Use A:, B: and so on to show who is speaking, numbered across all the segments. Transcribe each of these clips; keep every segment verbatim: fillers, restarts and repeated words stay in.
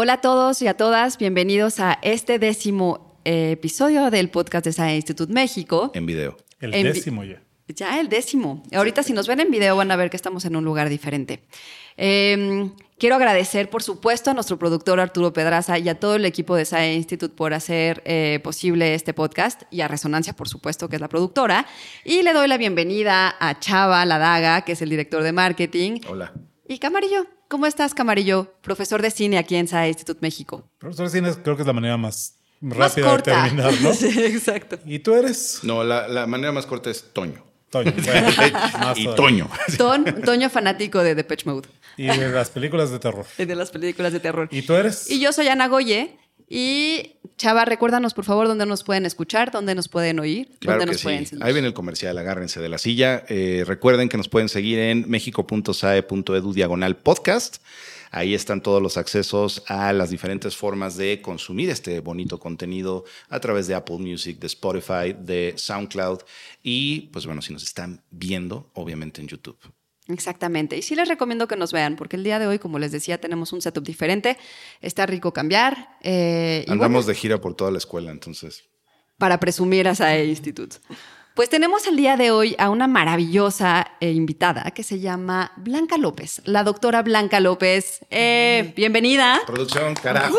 A: Hola a todos y a todas, bienvenidos a este décimo eh, episodio del podcast de Science Institute México.
B: En video.
C: El
A: En
C: décimo
A: vi-
C: ya.
A: Ya, el décimo. Ahorita si nos ven en video van a ver que estamos en un lugar diferente. Eh, quiero agradecer, por supuesto, a nuestro productor Arturo Pedraza y a todo el equipo de Science Institute por hacer eh, posible este podcast y a Resonancia, por supuesto, que es la productora. Y le doy la bienvenida a Chava Ladaga, que es el director de marketing.
B: Hola.
A: Y Camarillo. ¿Cómo estás, Camarillo? Profesor de cine aquí en Science Institute México.
C: Profesor de cine creo que es la manera más
A: Más
C: rápida
A: corta.
C: de terminar, ¿no?
A: Sí, exacto.
C: ¿Y tú eres?
B: No, la, la manera más corta es Toño.
C: Toño. Bueno, más
B: y
C: todavía.
B: Toño.
A: Ton, Toño fanático de Depeche Mode
C: Y de las películas de terror.
A: y de las películas de terror.
C: ¿Y tú eres?
A: Y yo soy Ana Goye. Y Chava, recuérdanos por favor dónde nos pueden escuchar, dónde nos pueden oír,
B: Claro
A: dónde
B: que
A: nos
B: sí.
A: pueden seguir.
B: Ahí viene el comercial, agárrense de la silla. Eh, recuerden que nos pueden seguir en mexico.sae.edu diagonal podcast. Ahí están todos los accesos a las diferentes formas de consumir este bonito contenido a través de Apple Music, de Spotify, de SoundCloud y, pues bueno, si nos están viendo, obviamente en YouTube.
A: Exactamente. Y sí les recomiendo que nos vean, porque el día de hoy, como les decía, tenemos un setup diferente. Está rico cambiar. Eh, y
B: Andamos
A: bueno,
B: de gira por toda la escuela, entonces.
A: para presumir a S A E Institute. Pues tenemos el día de hoy a una maravillosa eh, invitada que se llama Blanca López, la doctora Blanca López. Eh, bienvenida.
B: Producción, carajo.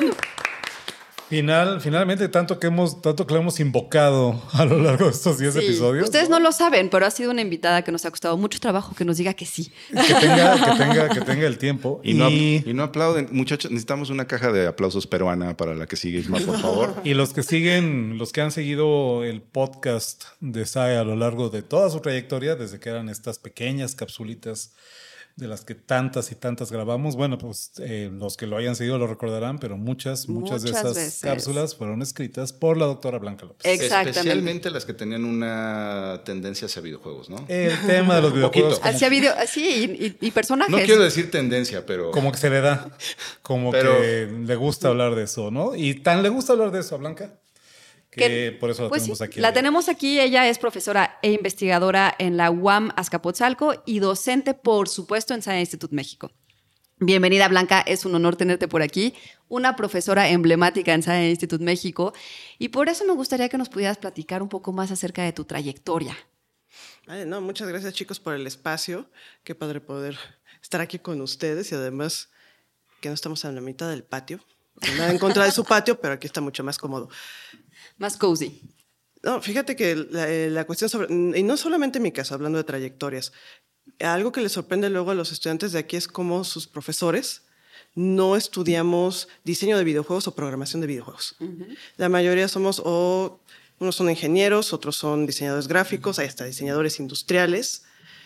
C: Final, finalmente, tanto que hemos, tanto que lo hemos invocado a lo largo de estos diez
A: Sí.
C: episodios.
A: Ustedes no lo saben, pero ha sido una invitada que nos ha costado mucho trabajo que nos diga que sí.
C: Que tenga, que tenga, que tenga el tiempo.
B: Y, no, y no aplauden. Muchachos, necesitamos una caja de aplausos peruana para la que sigue Isma, por favor.
C: Y los que siguen, los que han seguido el podcast de S A E a lo largo de toda su trayectoria, desde que eran estas pequeñas capsulitas de las que tantas y tantas grabamos, bueno, pues eh, los que lo hayan seguido lo recordarán, pero muchas, muchas,
A: Muchas
C: de esas
A: veces.
C: cápsulas fueron escritas por la doctora Blanca López.
A: Exactamente.
B: Especialmente las que tenían una tendencia hacia videojuegos, ¿no?
C: El tema de los videojuegos,
B: Poquito.
C: como,
A: Hacia video, sí, y, y- y personajes.
B: No quiero decir tendencia, pero...
C: como que se le da, como
B: Pero-
C: que le gusta hablar de eso, ¿no? Y tan le gusta hablar de eso a Blanca, que,
A: Que-
C: por eso la
A: pues
C: tenemos
A: sí,
C: aquí.
A: La tenemos aquí. Ella es profesora e investigadora en la U A M Azcapotzalco y docente, por supuesto, en Science Institute México. Bienvenida, Blanca. Es un honor tenerte por aquí. Una profesora emblemática en Science Institute México. Y por eso me gustaría que nos pudieras platicar un poco más acerca de tu trayectoria.
D: Ay, no, muchas gracias, chicos, por el espacio. Qué padre poder estar aquí con ustedes y además que no estamos en la mitad del patio. Nada en contra de su patio, pero aquí está mucho más cómodo.
A: Más cozy.
D: No, fíjate que la, la cuestión sobre, y no solamente en mi caso, hablando de trayectorias, algo que les sorprende luego a los estudiantes de aquí es cómo sus profesores no estudiamos diseño de videojuegos o programación de videojuegos. Uh-huh. La mayoría somos, o unos son ingenieros, otros son diseñadores gráficos, hay hasta diseñadores industriales,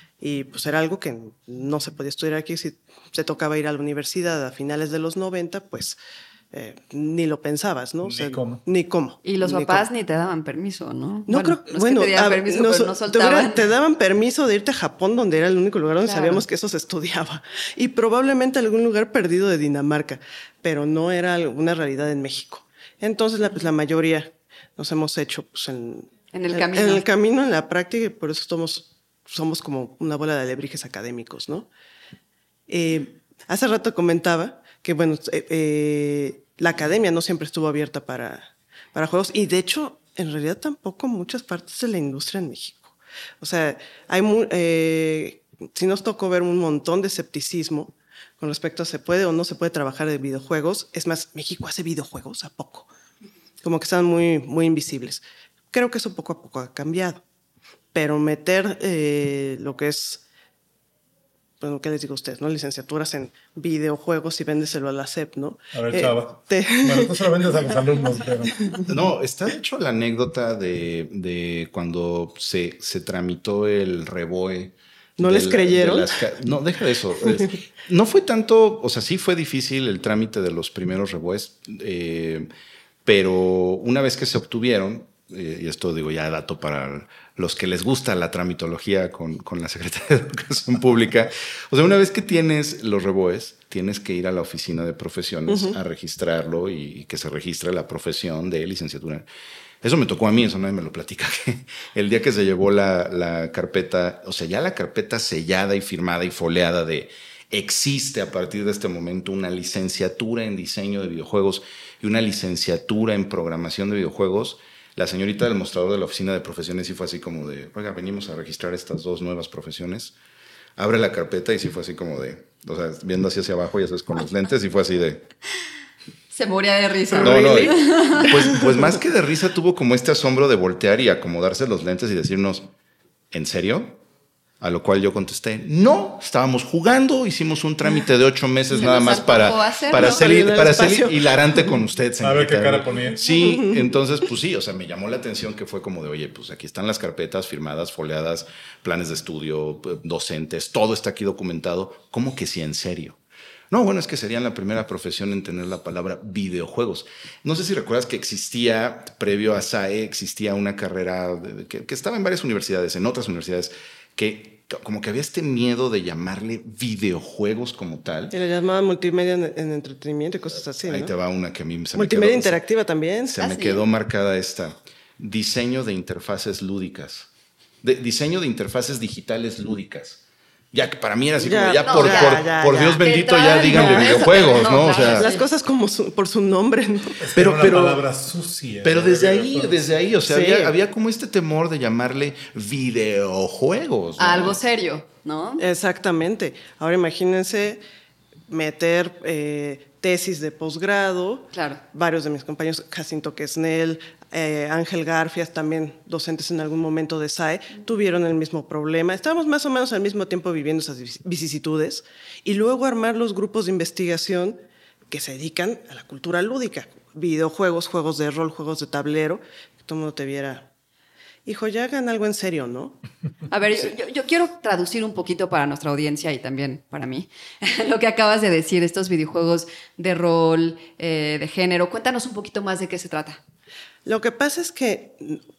D: y pues era algo que no se podía estudiar aquí. Si se tocaba ir a la universidad a finales de los noventa, pues Eh, ni lo pensabas, ¿no?
C: Ni
D: o sea,
C: cómo.
D: Ni cómo.
A: Y los
D: ni
A: papás
D: cómo.
A: ni te daban permiso, ¿no?
D: No
A: bueno,
D: creo,
A: no es
D: bueno,
A: que te dieran
D: a-
A: permiso,
D: nos-
A: pero no
D: te,
A: soltaban.
D: hubieran- te daban permiso de irte a Japón, donde era el único lugar donde
A: Claro.
D: sabíamos que eso se estudiaba. Y probablemente algún lugar perdido de Dinamarca, pero no era una realidad en México. Entonces, la, pues, la mayoría nos hemos hecho pues, en,
A: En el camino.
D: En el camino, en la práctica, y por eso somos, somos como una bola de alebrijes académicos, ¿no? Eh, hace rato comentaba que, bueno, eh, eh, la academia no siempre estuvo abierta para, para juegos, y de hecho, en realidad tampoco muchas partes de la industria en México. O sea, hay muy, eh, sí nos tocó ver un montón de escepticismo con respecto a se puede o no se puede trabajar de videojuegos. Es más, ¿México hace videojuegos? ¿A poco? Como que están muy, muy invisibles. Creo que eso poco a poco ha cambiado. Pero meter eh, lo que es, bueno, ¿qué les digo a ustedes, no? Licenciaturas en videojuegos y véndeselo a la S E P, ¿no?
C: A ver,
D: Eh,
C: Chava.
D: te-
C: Bueno, tú se lo vendes a los alumnos, pero...
B: No, está de hecho la anécdota de, de cuando se, se tramitó el REBOE.
D: ¿No
B: de
D: les
B: la-
D: creyeron?
B: de las ca- no, deja de eso. Es- no fue tanto, o sea, sí fue difícil el trámite de los primeros REBOEs, eh, pero una vez que se obtuvieron, eh, y esto digo ya dato para los que les gusta la tramitología con, con la Secretaría de Educación Pública, o sea, una vez que tienes los REBOEs, tienes que ir a la oficina de profesiones uh-huh. a registrarlo y, y que se registre la profesión de licenciatura. Eso me tocó a mí, eso nadie me lo platica. El día que se llevó la, la carpeta, o sea, ya la carpeta sellada y firmada y foleada de Existe a partir de este momento una licenciatura en diseño de videojuegos y una licenciatura en programación de videojuegos. La señorita del mostrador de la oficina de profesiones sí fue así como de, oiga, venimos a registrar estas dos nuevas profesiones. Abre la carpeta y sí fue así como de, o sea, viendo así hacia abajo y eso es con los lentes y fue así de...
A: Se moría de risa.
B: No, no, pues, pues más que de risa tuvo como este asombro de voltear y acomodarse los lentes y decirnos, ¿en serio? A lo cual yo contesté, no, estábamos jugando, hicimos un trámite de ocho meses
A: Se
B: nada
A: nos
B: más para,
A: hacerlo.
B: para ser,
D: ¿no?
B: para ser hilarante con usted, señorita.
C: A ver qué cara ponía.
B: Sí, entonces, pues sí, o sea, me llamó la atención que fue como de, oye, pues aquí están las carpetas firmadas, foliadas, planes de estudio, docentes, todo está aquí documentado. ¿Cómo que sí, en serio? No, bueno, es que serían la primera profesión en tener la palabra videojuegos. No sé si recuerdas que existía, previo a S A E, existía una carrera de, que, que estaba en varias universidades, en otras universidades, que como que había este miedo de llamarle videojuegos como tal.
D: Y le llamaban multimedia en, en entretenimiento y cosas así,
B: Ahí
D: ¿no?
B: te va una que a mí se
D: Multimedia
B: me quedó,
D: interactiva también.
B: Se
A: ¿Ah,
B: me
A: sí?
B: quedó marcada esta. Diseño de interfaces lúdicas. De, diseño de interfaces digitales lúdicas. Ya que para mí era así
D: Ya,
B: como, ya
A: no,
B: por,
A: ya,
B: por,
D: ya,
B: por
D: ya.
B: Dios bendito,
A: De
B: ya
A: entrada,
B: díganle
A: no,
B: videojuegos,
A: eso-
B: ¿no?
A: no,
B: O sea,
A: claro,
D: Las cosas como su- por su nombre, ¿no?
B: pero,
C: Era
B: pero,
C: una palabra sucia.
B: pero desde ahí, desde ahí, o sea,
D: Sí.
B: había, había como este temor de llamarle videojuegos, ¿no?
A: Algo serio, ¿no?
D: Exactamente. Ahora imagínense meter eh, tesis de posgrado.
A: Claro.
D: Varios de mis compañeros, Jacinto Quesnel, eh, Ángel Garfias, también docentes en algún momento de S A E, tuvieron el mismo problema. Estábamos más o menos al mismo tiempo viviendo esas vicisitudes y luego armar los grupos de investigación que se dedican a la cultura lúdica, videojuegos, juegos de rol, juegos de tablero, que todo el mundo te viera. Hijo, ya hagan algo en serio, ¿no?
A: A ver, yo, yo quiero traducir un poquito para nuestra audiencia y también para mí lo que acabas de decir, estos videojuegos de rol, eh, de género. Cuéntanos un poquito más de qué se trata.
D: Lo que pasa es que,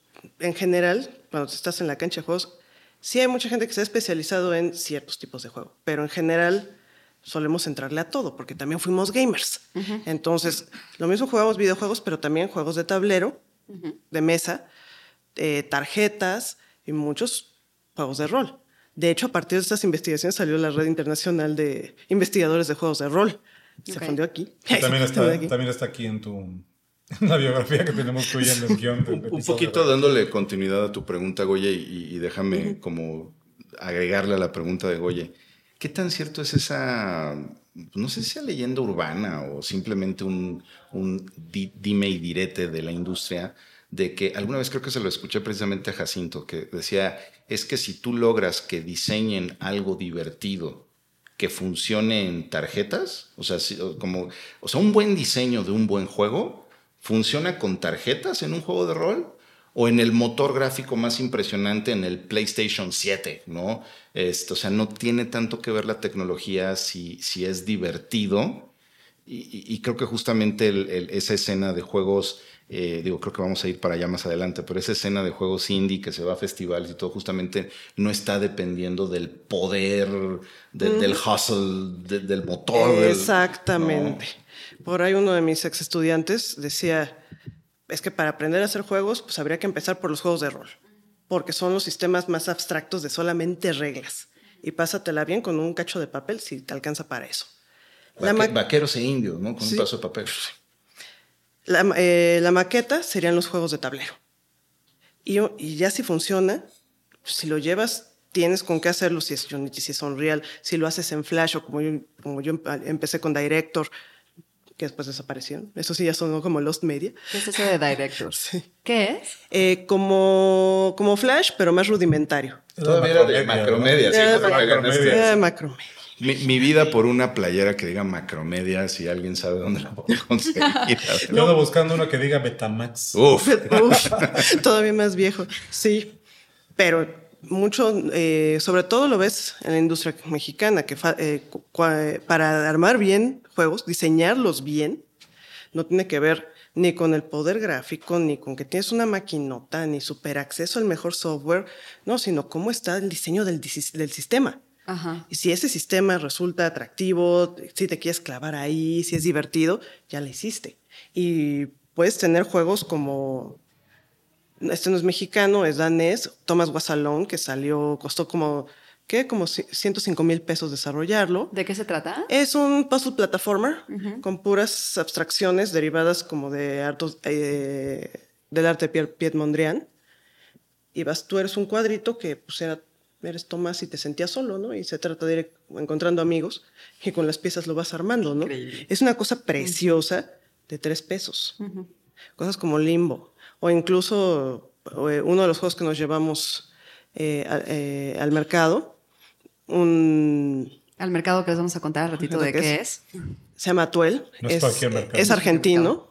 D: en general, cuando estás en la cancha de juegos, sí hay mucha gente que se ha especializado en ciertos tipos de juego, pero en general solemos entrarle a todo, porque también fuimos gamers. Uh-huh. Entonces, lo mismo jugamos videojuegos, pero también juegos de tablero, uh-huh. de mesa, eh, tarjetas y muchos juegos de rol. De hecho, a partir de estas investigaciones salió la Red Internacional de Investigadores de Juegos de Rol. Se okay. fundió aquí.
C: También está, aquí. también está aquí en tu... la biografía que tenemos tuya en el guión.
B: Un, un poquito dándole continuidad a tu pregunta, Goye, y, y déjame uh-huh. como agregarle a la pregunta de Goye. ¿Qué tan cierto es esa, no sé si sea leyenda urbana o simplemente un, un di, dime y direte de la industria, de que alguna vez creo que se lo escuché precisamente a Jacinto, que decía, es que si tú logras que diseñen algo divertido que funcione en tarjetas, o sea, si, como, o sea, un buen diseño de un buen juego, ¿funciona con tarjetas en un juego de rol? ¿O en el motor gráfico más impresionante en el PlayStation siete? ¿No? Esto, o sea, no tiene tanto que ver la tecnología si, si es divertido. Y, y, y creo que justamente el, el, esa escena de juegos, eh, digo, creo que vamos a ir para allá más adelante, pero esa escena de juegos indie que se va a festivales y todo, justamente no está dependiendo del poder, de, mm. del hustle, de, del motor.
D: Exactamente. Del, ¿no? Por ahí uno de mis ex estudiantes decía, es que para aprender a hacer juegos, pues habría que empezar por los juegos de rol, porque son los sistemas más abstractos de solamente reglas. Y pásatela bien con un cacho de papel si te alcanza para eso.
B: Vaque, ma- vaqueros e indios, ¿no? Con sí. un paso de papel.
D: La, eh, la maqueta serían los juegos de tablero. Y, y ya si funciona, pues si lo llevas, tienes con qué hacerlo, si es Unity, si es Unreal, si lo haces en Flash o como yo, como yo empecé con Director, que después desaparecieron. Eso sí ya sonó como Lost Media.
A: ¿Qué es eso de Director?
D: Sí.
A: ¿Qué es?
D: Eh, como, como Flash, pero más rudimentario.
B: Todavía era de Macromedia. ¿No? Sí,
D: era,
B: de
D: macromedia. Era de Macromedia.
B: Mi, mi vida por una playera que diga Macromedia, si alguien sabe dónde la puedo conseguir.
C: Yo ando buscando uno que diga Betamax.
B: Uf.
D: Uf. Todavía más viejo. Sí, pero mucho, eh, sobre todo lo ves en la industria mexicana, que fa, eh, cua, para armar bien juegos, diseñarlos bien, no tiene que ver ni con el poder gráfico, ni con que tienes una maquinota, ni super acceso al mejor software, no, sino cómo está el diseño del, del sistema.
A: Ajá.
D: Y si ese sistema resulta atractivo, si te quieres clavar ahí, si es divertido, ya lo hiciste. Y puedes tener juegos como... Este no es mexicano, es danés, Thomas Was Alone, que salió, costó como que como ciento cinco mil pesos desarrollarlo.
A: ¿De qué se trata?
D: Es un puzzle platformer uh-huh. con puras abstracciones derivadas como de hartos, eh, del arte de Pierre, Piet Mondrian. Y vas, tú eres un cuadrito que pues, era, eres Tomás y te sentías solo, ¿no? Y se trata de ir encontrando amigos y con las piezas lo vas armando, ¿no? Increíble. Es una cosa preciosa de tres pesos. Uh-huh. Cosas como Limbo. O incluso eh, uno de los juegos que nos llevamos eh, a, eh, al mercado. Un,
A: al mercado que les vamos a contar al ratito de qué es.
D: es. Se llama Atuel.
C: No es,
D: es,
C: mercado.
D: es argentino.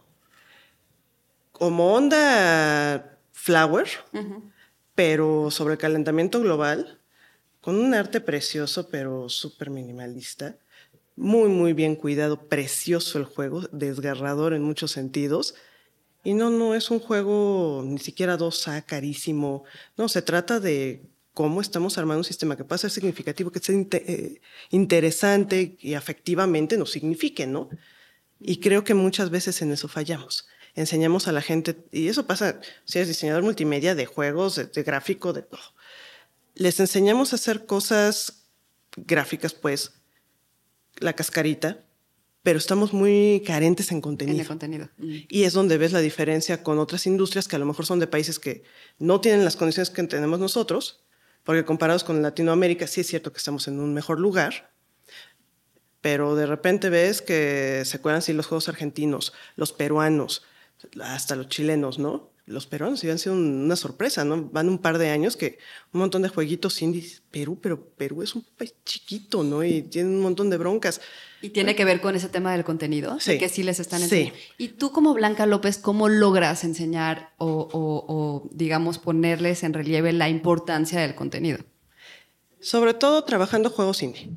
D: Como onda Flower, uh-huh. pero sobre el calentamiento global, con un arte precioso, pero súper minimalista. Muy, muy bien cuidado. Precioso el juego. Desgarrador en muchos sentidos. Y no, no es un juego ni siquiera dos A, carísimo. No, se trata de cómo estamos armando un sistema que pueda ser significativo, que sea inter- eh, interesante y afectivamente nos signifique, ¿no? Y creo que muchas veces en eso fallamos. Enseñamos a la gente, y eso pasa si eres diseñador multimedia, de juegos, de, de gráfico, de todo. Les enseñamos a hacer cosas gráficas, pues, la cascarita, pero estamos muy carentes en contenido.
A: En el contenido. Mm.
D: Y es donde ves la diferencia con otras industrias que a lo mejor son de países que no tienen las condiciones que tenemos nosotros, porque comparados con Latinoamérica sí es cierto que estamos en un mejor lugar, pero de repente ves que se cuelan así los juegos argentinos, los peruanos, hasta los chilenos, ¿no? Los peruanos han sido una sorpresa, ¿no? Van un par de años que un montón de jueguitos indies. Perú, pero Perú es un país chiquito, ¿no? Y tiene un montón de broncas.
A: ¿Y tiene que ver con ese tema del contenido?
D: Sí.
A: De que sí les están enseñando.
D: Sí.
A: Y tú como Blanca López, ¿cómo logras enseñar o, o, o, digamos, ponerles en relieve la importancia del contenido?
D: Sobre todo trabajando juegos indie.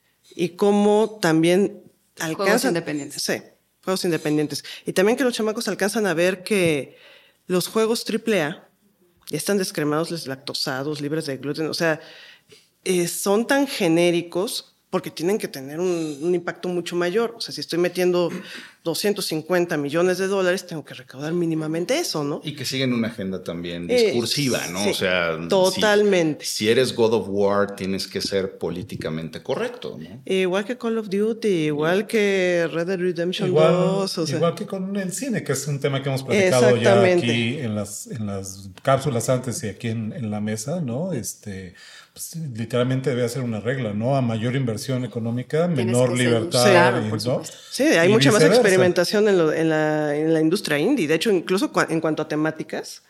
D: Y cómo también alcanzan...
A: Juegos independientes.
D: Sí, juegos independientes. Y también que los chamacos alcanzan a ver que los juegos triple A ya están descremados, deslactosados, libres de gluten. O sea, eh, son tan genéricos porque tienen que tener un, un impacto mucho mayor. O sea, si estoy metiendo doscientos cincuenta millones de dólares, tengo que recaudar mínimamente eso, ¿no?
B: Y que siguen una agenda también discursiva,
D: eh,
B: ¿no?
D: Sí,
B: o sea,
D: totalmente.
B: Si, si eres God of War, tienes que ser políticamente correcto, ¿no?
D: Igual que Call of Duty, igual que Red Dead Redemption
C: igual,
D: dos. O sea,
C: igual que con el cine, que es un tema que hemos platicado ya aquí en las, en las cápsulas antes y aquí en, en la mesa, ¿no? Este... Pues, literalmente debe ser una regla, ¿no? A mayor inversión económica, menor libertad.
A: Sí, claro,
C: y,
A: por
C: ¿no?
D: Sí, hay
C: y
D: mucha
C: viceversa.
D: más experimentación en, lo, en, la, en la industria indie. De hecho, incluso cu- en cuanto a temáticas,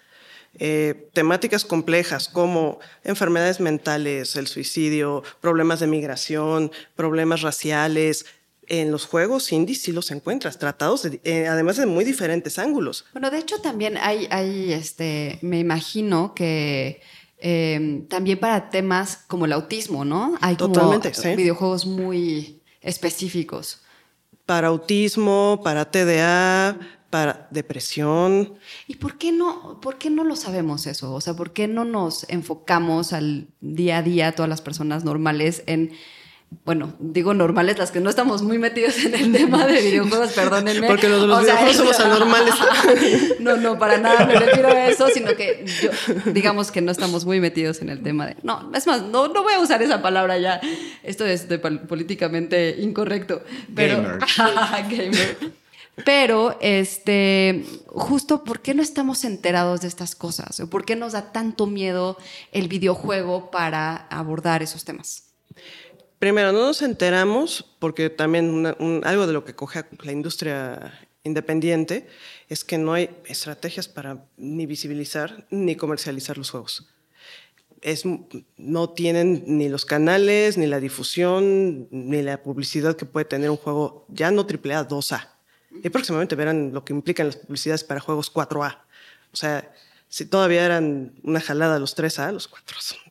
D: eh, temáticas complejas como enfermedades mentales, el suicidio, problemas de migración, problemas raciales. En los juegos indie sí los encuentras, tratados de, eh, además de muy diferentes ángulos.
A: Bueno, de hecho también hay, hay este, me imagino que eh, también para temas como el autismo, ¿no? Hay como
D: Totalmente, sí.
A: videojuegos muy específicos.
D: Para autismo, para T D A, para depresión.
A: ¿Y por qué no, por qué no lo sabemos eso? O sea, ¿por qué no nos enfocamos al día a día, todas las personas normales, en... Bueno, digo normales, las que no estamos muy metidos en el tema de videojuegos, perdónenme.
D: Porque los de los
A: o
D: videojuegos
A: sea,
D: somos anormales.
A: No, no, para nada me refiero a eso, sino que yo, digamos que no estamos muy metidos en el tema de... No, es más, no, no voy a usar esa palabra ya. Esto es de políticamente incorrecto. Pero,
B: Gamer.
A: Gamer. Pero, este, justo, ¿por qué no estamos enterados de estas cosas? ¿O por qué nos da tanto miedo el videojuego para abordar esos temas?
D: Primero, no nos enteramos porque también una, un, algo de lo que coge la industria independiente es que no hay estrategias para ni visibilizar ni comercializar los juegos. Es, no tienen ni los canales, ni la difusión, ni la publicidad que puede tener un juego ya no triple A, dos A. Y próximamente verán lo que implican las publicidades para juegos cuatro A. O sea, si todavía eran una jalada los tres A, los cuatro son...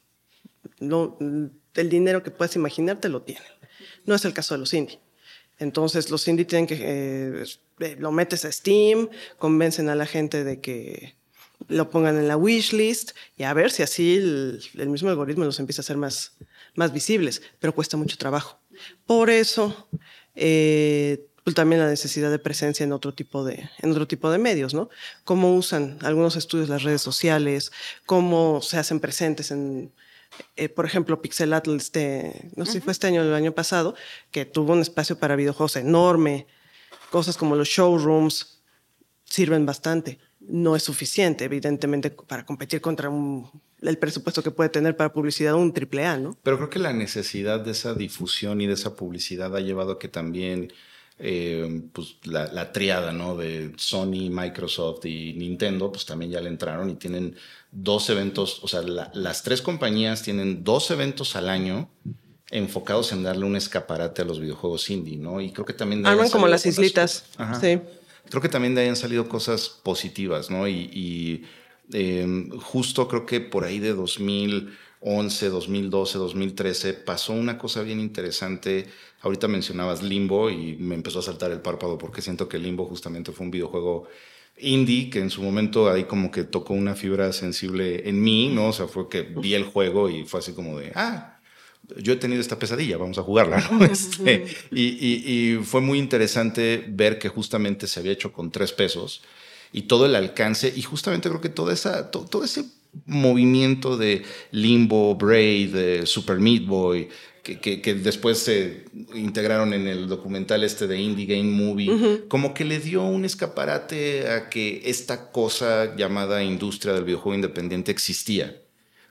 D: No, el dinero que puedas imaginarte lo tienen. No es el caso de los indie. Entonces los indie tienen que... Eh, lo metes a Steam, convencen a la gente de que lo pongan en la wishlist y a ver si así el, el mismo algoritmo los empieza a hacer más, más visibles, pero cuesta mucho trabajo. Por eso eh, pues también la necesidad de presencia en otro tipo de, en otro tipo de medios, ¿no? Cómo usan algunos estudios las redes sociales, cómo se hacen presentes en Eh, por ejemplo, Pixelatl, este, no sé si fue este año o el año pasado, que tuvo un espacio para videojuegos enorme. Cosas como los showrooms sirven bastante. No es suficiente, evidentemente, para competir contra un, el presupuesto que puede tener para publicidad un triple A, ¿no?
B: Pero creo que la necesidad de esa difusión y de esa publicidad ha llevado a que también eh, pues la, la triada, ¿no? De Sony, Microsoft y Nintendo, pues también ya le entraron y tienen dos eventos, o sea, la, las tres compañías tienen dos eventos al año enfocados en darle un escaparate a los videojuegos indie, ¿no? Y creo que también...
D: Arman como las islitas, sí.
B: Creo que también de ahí han salido cosas positivas, ¿no? Y, y eh, justo creo que por ahí de dos mil once, dos mil doce, dos mil trece pasó una cosa bien interesante. Ahorita mencionabas Limbo y me empezó a saltar el párpado porque siento que Limbo justamente fue un videojuego indie que en su momento ahí como que tocó una fibra sensible en mí, ¿no? O sea, fue que vi el juego y fue así como de, ah, yo he tenido esta pesadilla, vamos a jugarla, ¿no? Este, y, y, y fue muy interesante ver que justamente se había hecho con tres pesos y todo el alcance, y justamente creo que toda esa, to, todo ese movimiento de Limbo, Braid, de Super Meat Boy, que, que, que después se integraron en el documental este de Indie Game Movie, uh-huh. como que le dio un escaparate a que esta cosa llamada industria del videojuego independiente existía.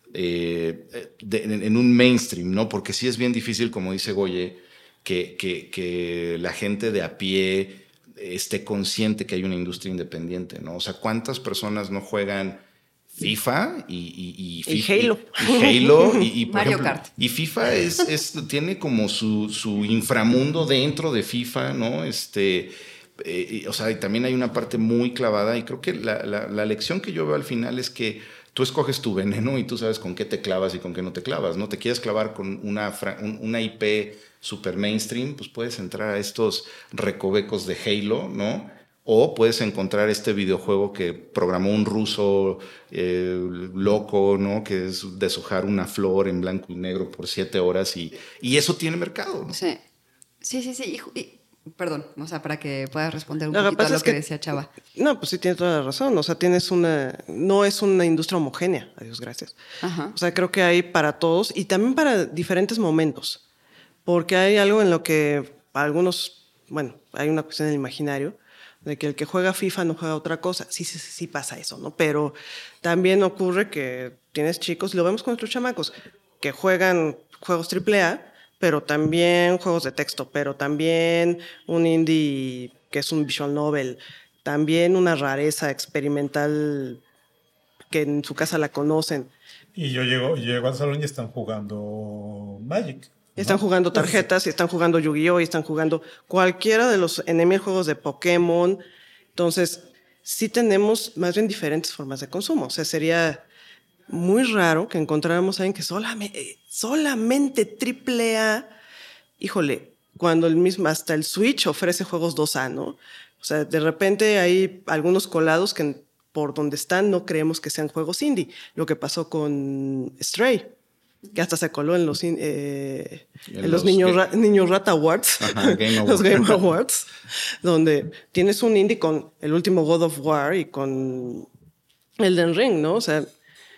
B: Eh, de, en, en un mainstream, ¿no? Porque sí es bien difícil, como dice Goye, que, que, que la gente de a pie esté consciente que hay una industria independiente, ¿no? O sea, ¿cuántas personas no juegan FIFA y, y, y,
D: y Halo?
B: Y Halo y, y por
A: Mario
B: ejemplo,
A: Kart.
B: Y FIFA es, es, tiene como su, su inframundo dentro de FIFA, ¿no? Este... Eh, o sea, y también hay una parte muy clavada y creo que la, la, la lección que yo veo al final es que tú escoges tu veneno y tú sabes con qué te clavas y con qué no te clavas, ¿no? Te quieres clavar con una, una I P super mainstream, pues puedes entrar a estos recovecos de Halo, ¿no? O puedes encontrar este videojuego que programó un ruso eh, loco, ¿no? Que es deshojar una flor en blanco y negro por siete horas y, y eso tiene mercado, ¿no?
A: Sí, sí, sí, sí. Y, y, perdón, o sea, para que puedas responder un
D: lo
A: poquito a lo que,
D: que
A: decía Chava.
D: No, pues sí, tienes toda la razón. O sea, tienes una... No es una industria homogénea, a Dios gracias.
A: Ajá.
D: O sea, creo que hay para todos y también para diferentes momentos. Porque hay algo en lo que algunos... Bueno, hay una cuestión del imaginario de que el que juega FIFA no juega otra cosa. Sí, sí, sí, sí pasa eso, ¿no? Pero también ocurre que tienes chicos, y lo vemos con nuestros chamacos, que juegan juegos triple A, pero también juegos de texto, pero también un indie que es un visual novel, también una rareza experimental que en su casa la conocen.
C: Y yo llego, yo llego al salón y están jugando Magic, ¿no?
D: Están jugando tarjetas, y están jugando Yu-Gi-Oh! Y están jugando cualquiera de los enemigos juegos de Pokémon. Entonces, sí tenemos más bien diferentes formas de consumo. O sea, sería muy raro que encontráramos a alguien que solamente, solamente triple A, híjole, cuando el mismo, hasta el Switch ofrece juegos dos A, ¿no? O sea, de repente hay algunos colados que por donde están no creemos que sean juegos indie. Lo que pasó con Stray, que hasta se coló en los, eh, en en los, los niños, ra, niños Rat Awards,
B: Ajá, Game
D: los Game Awards, donde tienes un indie con el último God of War y con Elden Ring, ¿no? O sea,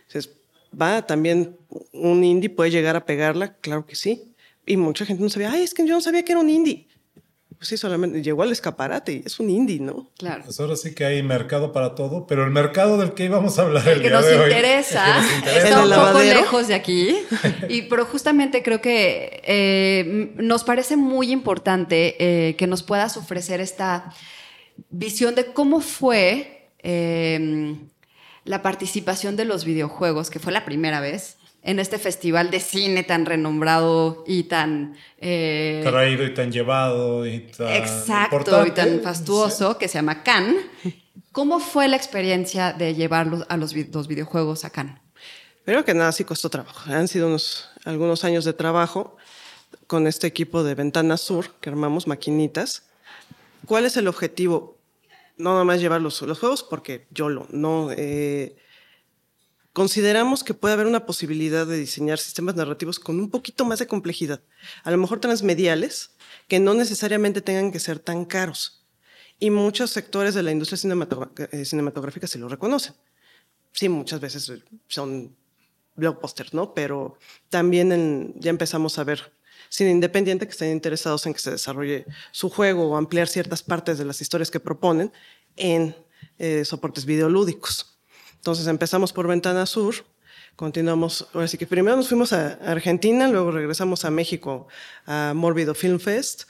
D: va también un indie puede llegar a pegarla, claro que sí. Y mucha gente no sabía, ay, es que yo no sabía que era un indie. Pues sí, solamente llegó al escaparate y es un indie, ¿no?
A: Claro.
C: Pues ahora sí que hay mercado para todo, pero el mercado del que íbamos a hablar el, el, que,
A: día
C: nos
A: de
C: interesa,
A: hoy, el que nos interesa está un poco lejos de aquí. Y, pero justamente creo que eh, nos parece muy importante eh, que nos puedas ofrecer esta visión de cómo fue eh, la participación de los videojuegos, que fue la primera vez en este festival de cine tan renombrado y tan...
C: Eh, traído y tan llevado y tan
A: exacto,
C: importante.
A: Y tan fastuoso, sí, que se llama Cannes. ¿Cómo fue la experiencia de llevarlos a los, los videojuegos a Cannes?
D: Primero que nada, sí costó trabajo. Han sido unos, algunos años de trabajo con este equipo de Ventana Sur, que armamos maquinitas. ¿Cuál es el objetivo? No nada más llevar los, los juegos, porque yo lo... no eh, consideramos que puede haber una posibilidad de diseñar sistemas narrativos con un poquito más de complejidad, a lo mejor transmediales, que no necesariamente tengan que ser tan caros. Y muchos sectores de la industria cinematográfica se lo reconocen. Sí, muchas veces son blockbusters, ¿no? Pero también en, ya empezamos a ver cine independiente que estén interesados en que se desarrolle su juego o ampliar ciertas partes de las historias que proponen en eh, soportes videolúdicos. Entonces empezamos por Ventana Sur, continuamos, ahora sí que primero nos fuimos a Argentina, luego regresamos a México a Mórbido Film Fest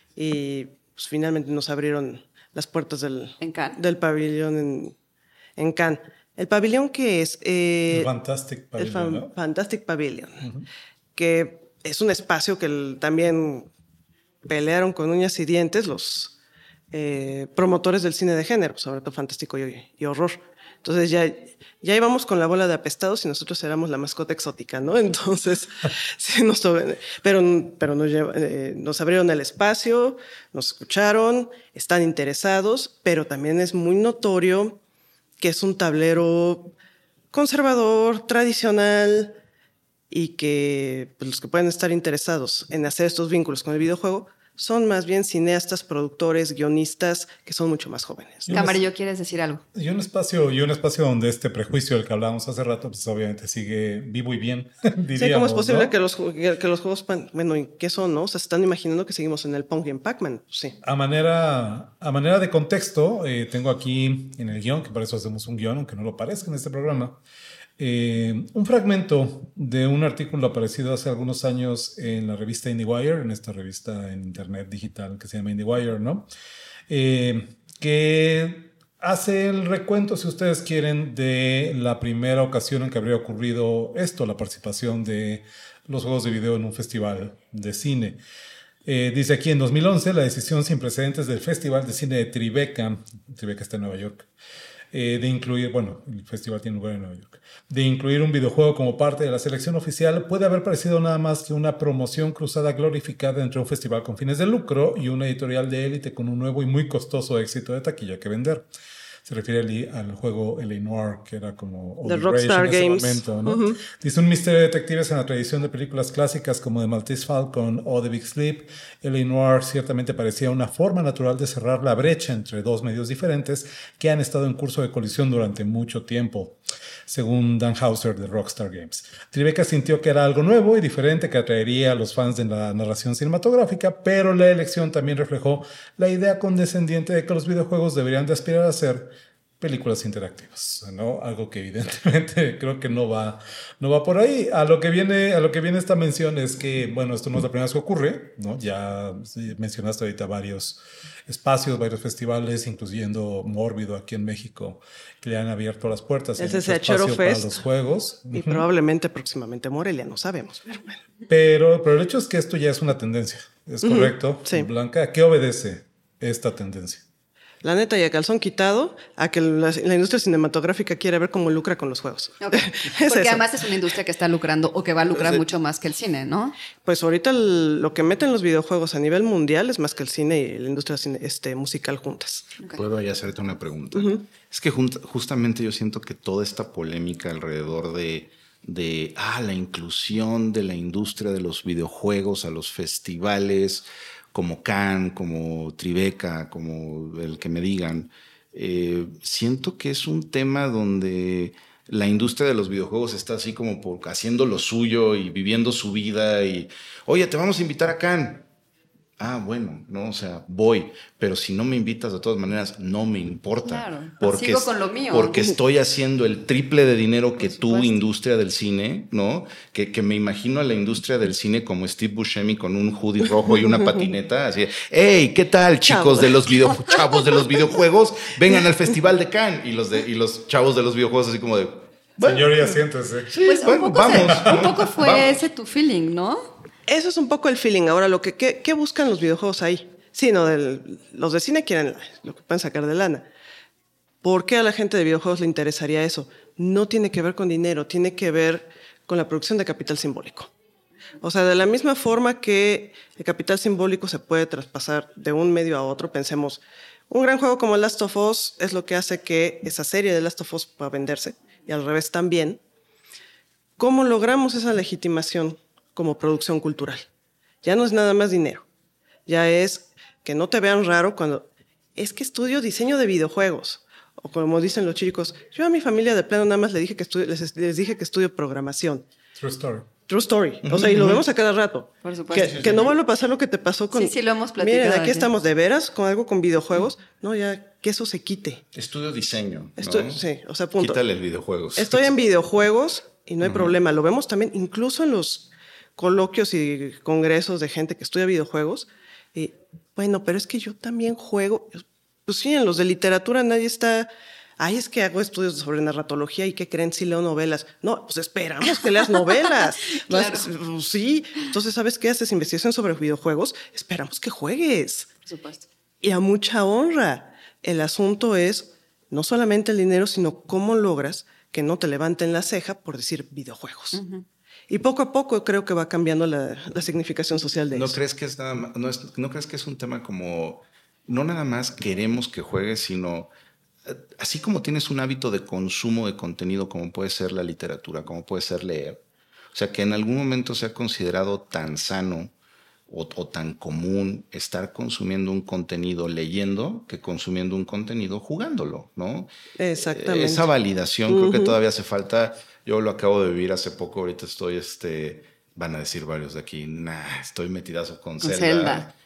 D: y pues, finalmente nos abrieron las puertas del, del pabellón en, en Cannes. El pabellón que es... Eh,
C: el Fantastic Pavilion,
D: el fan,
C: ¿no?
D: Fantastic Pavilion, uh-huh. que es un espacio que el, también pelearon con uñas y dientes los eh, promotores del cine de género, sobre todo fantástico y, y horror. Entonces ya, ya íbamos con la bola de apestados y nosotros éramos la mascota exótica, ¿no? Entonces, sí, nos, pero, pero nos, eh, nos abrieron el espacio, nos escucharon, están interesados, pero también es muy notorio que es un tablero conservador, tradicional, y que pues, los que pueden estar interesados en hacer estos vínculos con el videojuego son más bien cineastas, productores, guionistas, que son mucho más jóvenes.
A: Camarillo, ¿quieres decir algo?
C: Y un espacio, y un espacio donde este prejuicio del que hablábamos hace rato, pues obviamente sigue vivo y bien, diríamos,
D: sí, ¿cómo es posible, ¿no?, que los, que, que los juegos, bueno, ¿y qué son, no? O sea, se están imaginando que seguimos en el Pong y en Pac-Man, sí.
C: A manera, a manera de contexto, eh, tengo aquí en el guión, que por eso hacemos un guión, aunque no lo parezca en este programa, Eh, un fragmento de un artículo aparecido hace algunos años en la revista IndieWire, en esta revista en internet digital que se llama IndieWire, ¿no? Eh, que hace el recuento, si ustedes quieren, de la primera ocasión en que habría ocurrido esto, la participación de los juegos de video en un festival de cine. Eh, dice aquí, en dos mil once, la decisión sin precedentes del Festival de Cine de Tribeca, Tribeca está en Nueva York, Eh, de incluir, bueno, el festival tiene lugar en Nueva York, de incluir un videojuego como parte de la selección oficial puede haber parecido nada más que una promoción cruzada glorificada entre un festival con fines de lucro y una editorial de élite con un nuevo y muy costoso éxito de taquilla que vender. Se refiere al juego L A. Noire, que era como
D: The Rockstar
C: en ese
D: Games.
C: momento, ¿no?
D: Uh-huh.
C: Dice, un misterio de detectives en la tradición de películas clásicas como The Maltese Falcon o The Big Sleep. L A. Noire ciertamente parecía una forma natural de cerrar la brecha entre dos medios diferentes que han estado en curso de colisión durante mucho tiempo, según Dan Houser de Rockstar Games. Tribeca sintió que era algo nuevo y diferente que atraería a los fans de la narración cinematográfica, pero la elección también reflejó la idea condescendiente de que los videojuegos deberían de aspirar a ser películas interactivas, ¿no? Algo que evidentemente creo que no va, no va por ahí. A lo que viene, a lo que viene esta mención es que, bueno, esto no es la primera vez que ocurre, ¿no? Ya mencionaste ahorita varios espacios, varios festivales, incluyendo Mórbido aquí en México, que le han abierto las puertas.
D: Ese es el Choro Fest
C: para los juegos.
D: Y uh-huh. probablemente próximamente Morelia, no sabemos. Pero, bueno.
C: pero, pero el hecho es que esto ya es una tendencia, ¿es uh-huh. correcto?
D: Sí.
C: Blanca, ¿a qué obedece esta tendencia?
D: La neta, y a calzón quitado, a que la, la industria cinematográfica quiere ver cómo lucra con los juegos.
A: Okay. Porque eso. Además es una industria que está lucrando o que va a lucrar sí. mucho más que el cine, ¿no?
D: Pues ahorita el, lo que meten los videojuegos a nivel mundial es más que el cine y la industria cine, este, musical juntas.
B: Okay. Puedo ahí hacerte una pregunta. Uh-huh. Es que jun- justamente yo siento que toda esta polémica alrededor de, de ah, la inclusión de la industria de los videojuegos a los festivales, como Cannes, como Tribeca, como el que me digan, eh, siento que es un tema donde la industria de los videojuegos está así como por, haciendo lo suyo y viviendo su vida y, oye, te vamos a invitar a Cannes. Ah, bueno, no, o sea, voy, pero si no me invitas de todas maneras, no me importa.
A: Claro,
B: porque
A: sigo con lo mío.
B: Porque estoy haciendo el triple de dinero que tú, industria del cine, ¿no? Que, que me imagino a la industria del cine como Steve Buscemi con un hoodie rojo y una patineta, así, hey, ¿qué tal, chicos chavos de los video, chavos de los videojuegos? Vengan al Festival de Cannes. Y los, de, y los chavos de los videojuegos así como de...
C: Bueno, señoría, siéntese.
A: Sí, pues bueno, un, poco vamos, se, un poco fue vamos. ese tu feeling, ¿no?
D: Eso es un poco el feeling. Ahora, lo que, ¿qué, qué buscan los videojuegos ahí? Sí, no, del, los de cine quieren lo que pueden sacar de lana. ¿Por qué a la gente de videojuegos le interesaría eso? No tiene que ver con dinero, tiene que ver con la producción de capital simbólico. O sea, de la misma forma que el capital simbólico se puede traspasar de un medio a otro, pensemos, un gran juego como Last of Us es lo que hace que esa serie de Last of Us pueda venderse, y al revés también. ¿Cómo logramos esa legitimación como producción cultural? Ya no es nada más dinero, ya es que no te vean raro cuando es que estudio diseño de videojuegos O como dicen los chicos, yo a mi familia de plano nada más les dije que estudio, les, les dije que estudio programación.
C: True story.
D: True story. O sea, y lo vemos a cada rato.
A: Por supuesto.
D: Que,
A: Sí, sí,
D: que
A: sí.
D: no vuelva a pasar lo que te pasó con...
A: Sí, sí, lo hemos platicado.
D: Miren, aquí
A: ¿sí?
D: estamos de veras con algo con videojuegos. No, ya, que eso se quite.
B: Estudio diseño.
D: Estoy,
B: ¿no?
D: Sí, o sea, punto.
B: Quítale el videojuegos.
D: Estoy en videojuegos y no hay uh-huh. problema. Lo vemos también incluso en los coloquios y congresos de gente que estudia videojuegos. Y, bueno, pero es que yo también juego. Pues sí, en los de literatura nadie está... Ay, es que hago estudios sobre narratología y ¿qué creen? Sí leo novelas. No, pues esperamos que leas novelas.
A: Claro.
D: Pues, sí. Entonces, ¿sabes qué? Haces investigación sobre videojuegos. Esperamos que juegues.
A: Por supuesto.
D: Y a mucha honra. El asunto es no solamente el dinero, sino cómo logras que no te levanten la ceja por decir videojuegos. Uh-huh. Y poco a poco creo que va cambiando la, la significación social de
B: ¿No
D: eso.
B: Crees que es nada más, no, es, ¿No crees que es un tema como... No nada más queremos que juegues, sino... Así como tienes un hábito de consumo de contenido como puede ser la literatura, como puede ser leer, o sea, que en algún momento se ha considerado tan sano o, o tan común estar consumiendo un contenido leyendo que consumiendo un contenido jugándolo, ¿no?
D: Exactamente.
B: Esa validación uh-huh. creo que todavía hace falta. Yo lo acabo de vivir hace poco, ahorita estoy, este, van a decir varios de aquí, nah, estoy metidazo con, con Zelda. Zelda.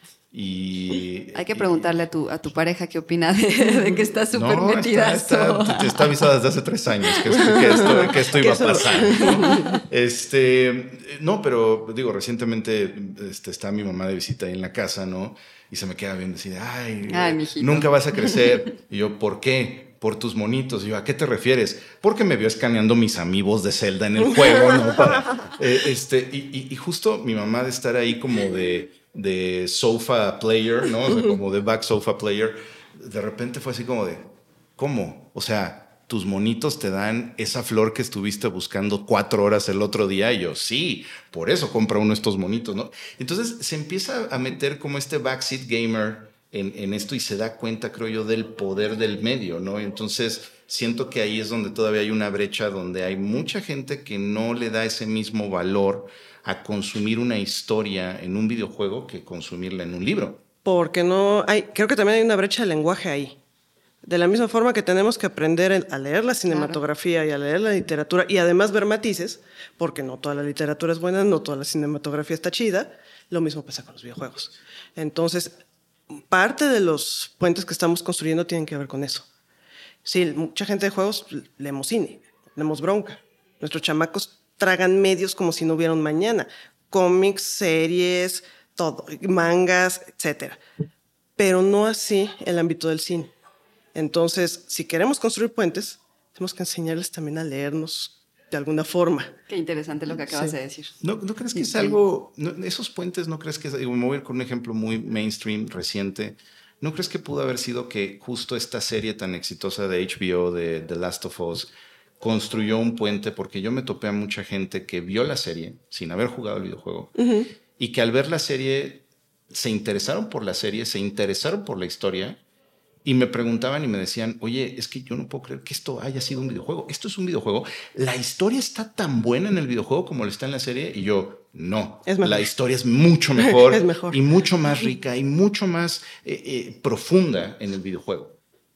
B: Y,
A: hay que preguntarle a tu, a tu pareja qué opina de, de que está súper
B: no,
A: metida.
B: Está, está, está avisada desde hace tres años que esto, que esto, que esto iba a pasar. ¿no? Este, no, pero digo, recientemente este, está mi mamá de visita ahí en la casa, ¿no? Y se me queda viendo y dice, ay, ay nunca vas a crecer. Y yo, ¿por qué? Por tus monitos. Y yo, ¿a qué te refieres? Porque me vio escaneando mis amigos de Zelda en el juego, ¿no? Para, eh, este, y, y, y justo mi mamá de estar ahí como de... de sofa player, ¿no? O sea, como de back sofa player, de repente fue así como de, ¿cómo? O sea, tus monitos te dan esa flor que estuviste buscando cuatro horas el otro día. Y yo, sí, por eso compra uno estos monitos, ¿no? Entonces se empieza a meter como este backseat gamer en, en esto y se da cuenta, creo yo, del poder del medio, ¿no? Entonces siento que ahí es donde todavía hay una brecha, donde hay mucha gente que no le da ese mismo valor a consumir una historia en un videojuego que consumirla en un libro.
D: Porque no hay, creo que también hay una brecha de lenguaje ahí. De la misma forma que tenemos que aprender a leer la cinematografía claro. y a leer la literatura y además ver matices, porque no toda la literatura es buena, no toda la cinematografía está chida, lo mismo pasa con los videojuegos. Entonces, parte de los puentes que estamos construyendo tienen que ver con eso. Sí, mucha gente de juegos leemos cine, leemos bronca. Nuestros chamacos tragan medios como si no hubiera un mañana. Cómics, series, todo, mangas, etcétera. Pero no así el ámbito del cine. Entonces, si queremos construir puentes, tenemos que enseñarles también a leernos de alguna forma.
A: Qué interesante lo que acabas sí. de decir.
B: ¿No, ¿No crees que es algo... No, esos puentes, ¿no crees que... Me voy a ir con un ejemplo muy mainstream, reciente. ¿No crees que pudo haber sido que justo esta serie tan exitosa de H B O, de The Last of Us, construyó un puente? Porque yo me topé a mucha gente que vio la serie sin haber jugado el videojuego uh-huh. y que al ver la serie se interesaron por la serie, se interesaron por la historia y me preguntaban y me decían, oye, es que yo no puedo creer que esto haya sido un videojuego. Esto es un videojuego. La historia está tan buena en el videojuego como lo está en la serie. Y yo, no.
D: Es
B: la historia es mucho mejor,
D: es mejor
B: y mucho más rica y mucho más eh, eh, profunda en el videojuego.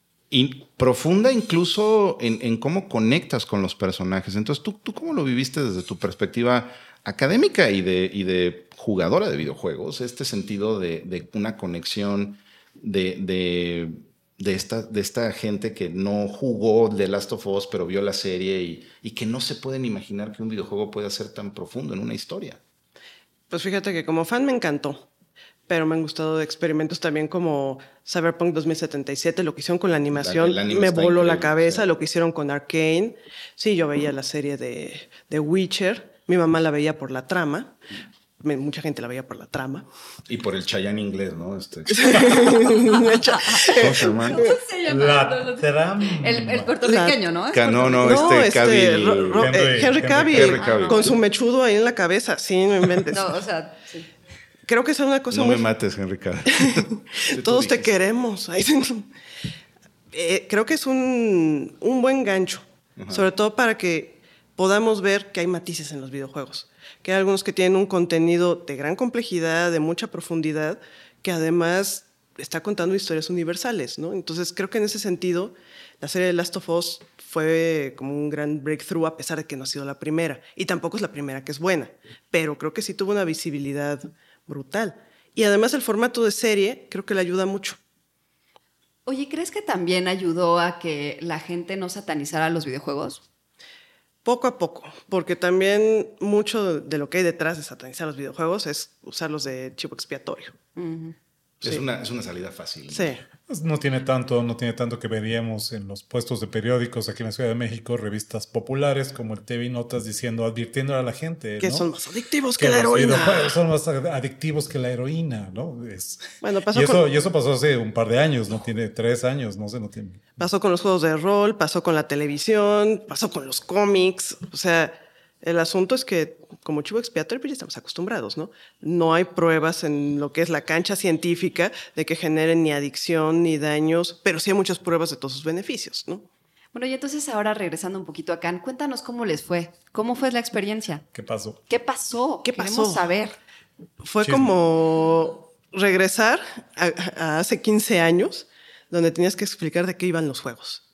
B: Y profunda incluso en, en cómo conectas con los personajes. Entonces, ¿tú, tú cómo lo viviste desde tu perspectiva académica y de, y de jugadora de videojuegos? Este sentido de, de una conexión de, de, de, esta, de esta gente que no jugó The Last of Us, pero vio la serie y, y que no se pueden imaginar que un videojuego pueda ser tan profundo en una historia.
D: Pues fíjate que como fan me encantó. Pero me han gustado experimentos también como Cyberpunk dos mil setenta y siete, lo que hicieron con la animación, la, me voló la cabeza, sí. Lo que hicieron con Arcane. Sí, yo veía la serie de, de Witcher, mi mamá la veía por la trama, mucha gente la veía por la trama.
B: Y por el Chayanne inglés, ¿no? Este...
A: ¿Cómo se llama?
C: La trama.
A: El, el puertorriqueño, ¿no?
B: ¿Es no, no,
D: no,
B: este,
D: este
B: Cavill.
D: Ro, Ro, Henry, eh, Henry, Cavill, Henry Cavill, con su mechudo ahí en la cabeza. Sí, no inventes.
A: No, o sea, sí.
D: Creo que es una cosa
B: no
D: muy...
B: me mates, Henry Cavill.
D: Todos te queremos. eh, creo que es un, un buen gancho, uh-huh. sobre todo para que podamos ver que hay matices en los videojuegos, que hay algunos que tienen un contenido de gran complejidad, de mucha profundidad, que además está contando historias universales, ¿no? Entonces creo que en ese sentido la serie de Last of Us fue como un gran breakthrough, a pesar de que no ha sido la primera. Y tampoco es la primera que es buena, pero creo que sí tuvo una visibilidad brutal. Y además el formato de serie creo que le ayuda mucho.
A: Oye, ¿crees que también ayudó a que la gente no satanizara los videojuegos?
D: Poco a poco, porque también mucho de lo que hay detrás de satanizar los videojuegos es usarlos de chivo expiatorio.
A: Uh-huh.
B: Es,
D: Sí.
B: una, es una salida fácil.
D: Sí.
C: Pues no tiene tanto, no tiene tanto que veríamos en los puestos de periódicos aquí en la Ciudad de México, revistas populares como el T V Notas diciendo, advirtiendo a la gente,
D: Que
C: ¿no?
D: son más adictivos que,
C: que
D: la
C: los
D: heroína.
C: videojuegos son más adictivos que la heroína, ¿no? Es,
D: Bueno, pasó
C: y, eso,
D: con-
C: y eso pasó hace un par de años, no tiene tres años, no sé, no tiene.
D: Pasó con los juegos de rol, pasó con la televisión, pasó con los cómics. O sea, el asunto es que como chivo expiatorio pues ya estamos acostumbrados, ¿no? No hay pruebas en lo que es la cancha científica de que generen ni adicción ni daños, pero sí hay muchas pruebas de todos sus beneficios, ¿no?
A: Bueno, y entonces ahora regresando un poquito a Cannes, cuéntanos cómo les fue. ¿Cómo fue la experiencia?
C: ¿Qué pasó?
A: ¿Qué pasó?
D: ¿Qué
A: Queremos
D: pasó?
A: saber.
D: Fue
C: Chisme.
D: como regresar a, a hace quince años, donde tenías que explicar de qué iban los juegos.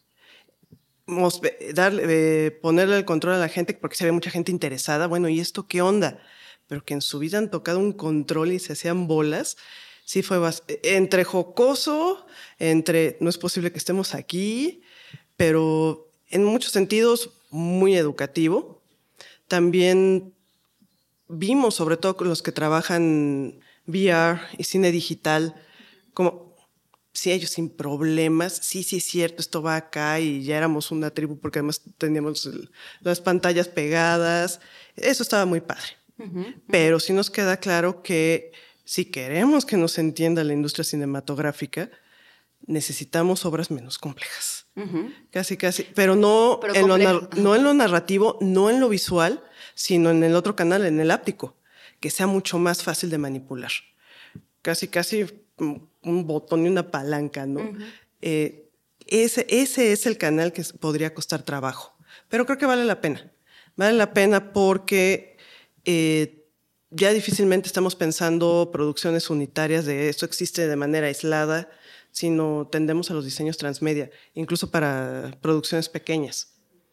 D: Mos- Darle, eh, ponerle el control a la gente, porque se ve mucha gente interesada. Bueno, ¿y esto qué onda? Pero que en su vida han tocado un control y se hacían bolas. Sí fue bast- entre jocoso, entre no es posible que estemos aquí, pero en muchos sentidos muy educativo. También vimos, sobre todo con los que trabajan V R y cine digital, como sí, ellos sin problemas, sí, sí es cierto, esto va acá y ya éramos una tribu porque además teníamos el- las pantallas pegadas, eso estaba muy padre.
A: Uh-huh.
D: Pero sí nos queda claro que si queremos que nos entienda la industria cinematográfica, necesitamos obras menos complejas.
A: Uh-huh.
D: Casi, casi, pero no,
A: Pero
D: en lo,
A: compleja.
D: nar- no en lo narrativo, no en lo visual, sino en el otro canal, en el áptico, que sea mucho más fácil de manipular. Casi, casi mm, un botón y una palanca, ¿no?
A: Uh-huh.
D: Eh, ese, ese es el canal que podría costar trabajo, pero creo que vale la pena. Vale la pena porque eh, ya difícilmente estamos pensando producciones unitarias de esto existe de manera aislada, sino tendemos a los diseños transmedia, incluso para producciones pequeñas.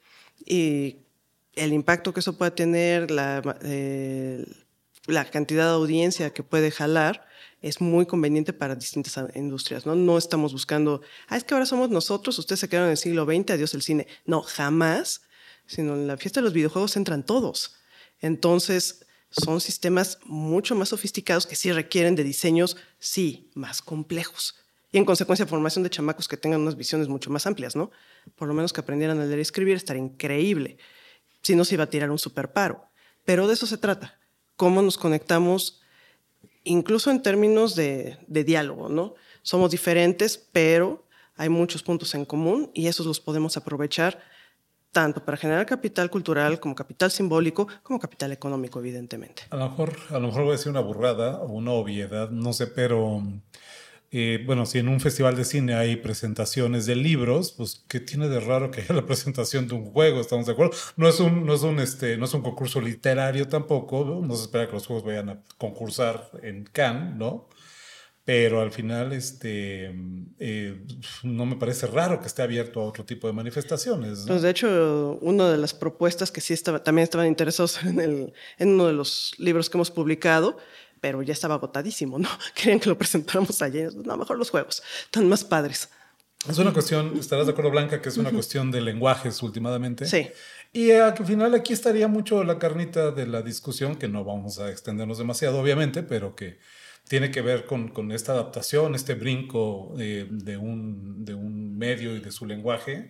D: Y el impacto que eso puede tener, la, eh, la cantidad de audiencia que puede jalar, es muy conveniente para distintas industrias, ¿no? No estamos buscando, ah, es que ahora somos nosotros, ustedes se quedaron en el siglo veinte, adiós el cine. No, jamás, sino en la fiesta de los videojuegos entran todos. Entonces, son sistemas mucho más sofisticados que sí requieren de diseños, sí, más complejos. Y en consecuencia, formación de chamacos que tengan unas visiones mucho más amplias, ¿no? Por lo menos que aprendieran a leer y escribir, estaría increíble. Si no, se iba a tirar un super paro. Pero de eso se trata. Cómo nos conectamos, incluso en términos de, de diálogo, ¿no? Somos diferentes, pero hay muchos puntos en común y esos los podemos aprovechar tanto para generar capital cultural como capital simbólico, como capital económico, evidentemente.
C: A lo mejor, a lo mejor voy a decir una burrada o una obviedad, no sé, pero eh, bueno, si en un festival de cine hay presentaciones de libros, pues ¿qué tiene de raro que haya la presentación de un juego? ¿Estamos de acuerdo? No es un, no es un, este, no es un concurso literario tampoco, ¿no? No se espera que los juegos vayan a concursar en Cannes, ¿no? Pero al final, este, eh, no me parece raro que esté abierto a otro tipo de manifestaciones, ¿no?
D: Pues de hecho, una de las propuestas que sí estaba, también estaban interesados en, el, en uno de los libros que hemos publicado, pero ya estaba agotadísimo, ¿no? Querían que lo presentáramos allá. No, mejor los juegos, están más padres.
C: Es una cuestión, estarás de acuerdo, Blanca, que es una cuestión de lenguajes últimamente.
D: Sí.
C: Y al final aquí estaría mucho la carnita de la discusión, que no vamos a extendernos demasiado, obviamente, pero que tiene que ver con, con esta adaptación, este brinco eh, de, un, de un medio y de su lenguaje.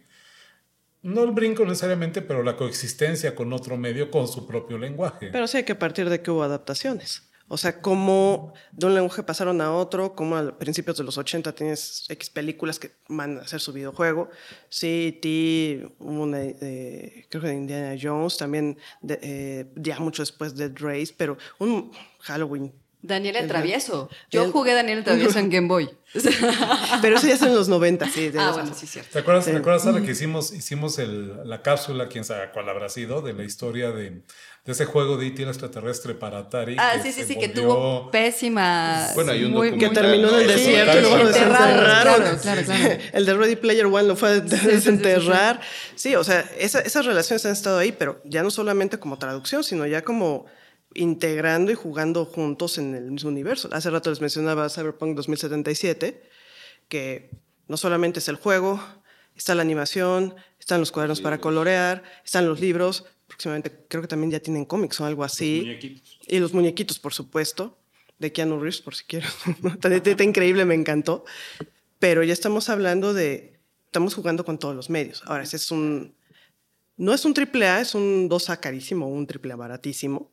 C: No el brinco necesariamente, pero la coexistencia con otro medio con su propio lenguaje.
D: Pero sí hay que partir de que hubo adaptaciones. O sea, cómo de un lenguaje pasaron a otro, como a principios de los ochenta tienes X películas que van a hacer su videojuego. Sí, T, una, eh, creo que de Indiana Jones, también de, eh, ya mucho después de Race, pero un Halloween
A: Daniel el
D: El-
A: Travieso. Yo
D: el-
A: jugué Daniel el Travieso en Game Boy.
D: Pero eso ya es en los noventa, sí.
A: Ah, bueno, sí, cierto.
C: ¿Te acuerdas,
D: Sí.
C: ¿te acuerdas Sara, que hicimos, hicimos el, la cápsula, quién sabe cuál habrá sido, de la historia de, de ese juego de E T el extraterrestre para Atari?
A: Ah,
C: que
A: sí, sí,
C: se
A: sí, que
C: volvió-
A: tuvo pésima...
B: Bueno, hay un
A: muy-
B: documental,
D: Que terminó en el
B: ¿no?
D: desierto
C: Sí,
D: y luego lo
A: enterrados,
D: desenterraron.
A: claro, claro, claro.
D: El de Ready Player One lo fue a
A: sí, sí,
D: desenterrar. Sí, o sea, esa- esas relaciones han estado ahí, pero ya no solamente como traducción, sino ya como integrando y jugando juntos en el mismo universo. Hace rato les mencionaba Cyberpunk dos mil setenta y siete, que no solamente es el juego, está la animación, están los cuadernos para colorear, están los libros, próximamente creo que también ya tienen cómics o algo así.
E: Los muñequitos.
D: Y los muñequitos, por supuesto, de Keanu Reeves, por si quieres. está, está increíble, me encantó. Pero ya estamos hablando de, estamos jugando con todos los medios. Ahora, ese es un, no es un triple A, es un dos A carísimo, un triple A baratísimo,